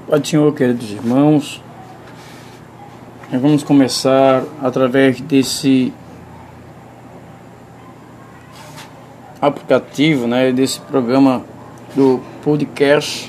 Pai do Senhor, queridos irmãos, nós vamos começar através desse aplicativo, desse programa do podcast,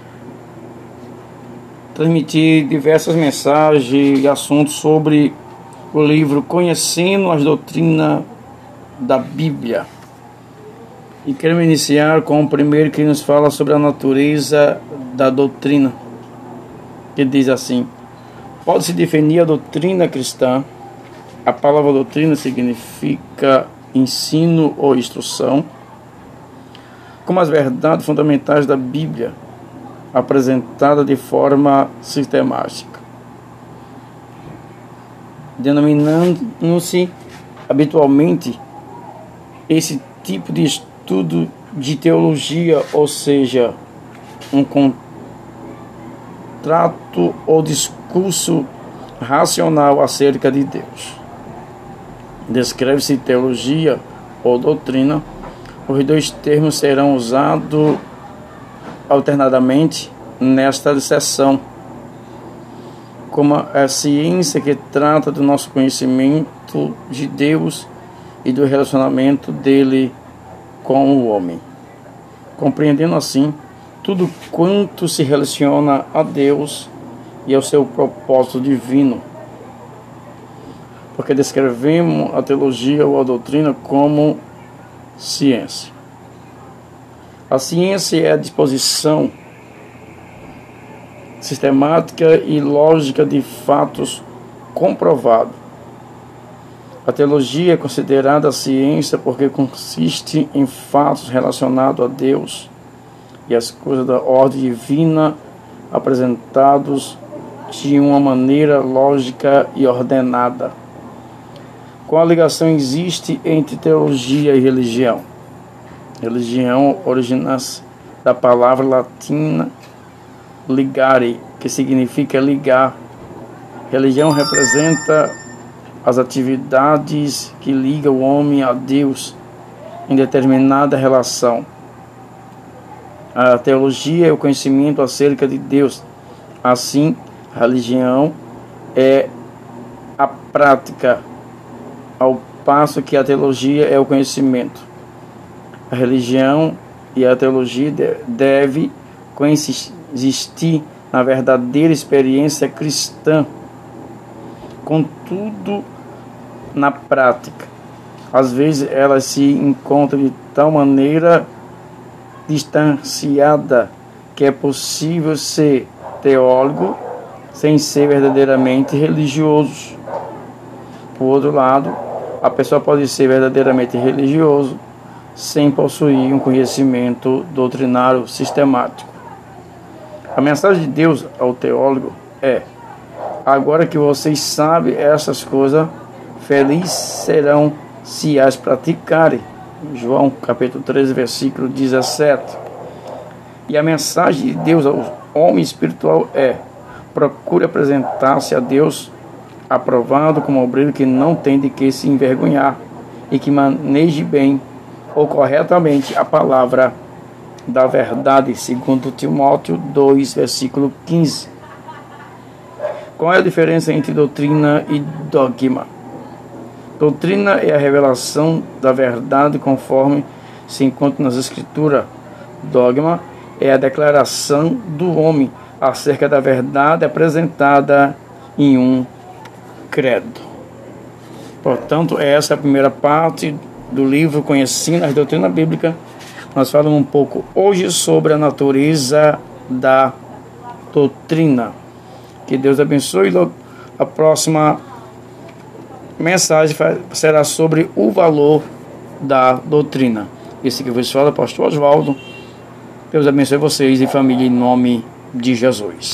transmitir diversas mensagens e assuntos sobre o livro Conhecendo as Doutrinas da Bíblia. E queremos iniciar com o primeiro que nos fala sobre a natureza da doutrina, que diz assim: pode-se definir a doutrina cristã. A palavra doutrina significa ensino ou instrução, como as verdades fundamentais da Bíblia, apresentada de forma sistemática, denominando-se habitualmente esse tipo de estudo de teologia, ou seja, um trato ou discurso racional acerca de Deus. Descreve-se teologia ou doutrina. Os dois termos serão usados alternadamente nesta seção, como a ciência que trata do nosso conhecimento de Deus e do relacionamento dele com o homem, compreendendo assim tudo quanto se relaciona a Deus e ao seu propósito divino, porque descrevemos a teologia ou a doutrina como ciência. A ciência é a disposição sistemática e lógica de fatos comprovados. A teologia é considerada ciência porque consiste em fatos relacionados a Deus e as coisas da ordem divina apresentados de uma maneira lógica e ordenada. Qual ligação existe entre teologia e religião? Religião origina-se da palavra latina ligare, que significa ligar. Religião representa as atividades que ligam o homem a Deus em determinada relação. A teologia é o conhecimento acerca de Deus. Assim, a religião é a prática, ao passo que a teologia é o conhecimento. A religião e a teologia devem coexistir na verdadeira experiência cristã. Contudo, na prática, às vezes elas se encontram de tal maneira distanciada que é possível ser teólogo sem ser verdadeiramente religioso. Por outro lado, a pessoa pode ser verdadeiramente religioso sem possuir um conhecimento doutrinário sistemático. A mensagem de Deus ao teólogo é: agora que vocês sabem essas coisas, felizes serão se as praticarem. João capítulo 13, versículo 17. E a mensagem de Deus ao homem espiritual é: procure apresentar-se a Deus aprovado como obreiro que não tem de que se envergonhar e que maneje bem ou corretamente a palavra da verdade, segundo Timóteo 2, versículo 15. Qual é a diferença entre doutrina e dogma? Doutrina é a revelação da verdade conforme se encontra nas Escrituras. Dogma é a declaração do homem acerca da verdade apresentada em um credo. Portanto, essa é a primeira parte do livro Conhecendo as Doutrinas Bíblicas. Nós falamos um pouco hoje sobre a natureza da doutrina. Que Deus abençoe. A próxima mensagem será sobre o valor da doutrina. Esse que vos fala, pastor Oswaldo. Deus abençoe vocês e família em nome de Jesus.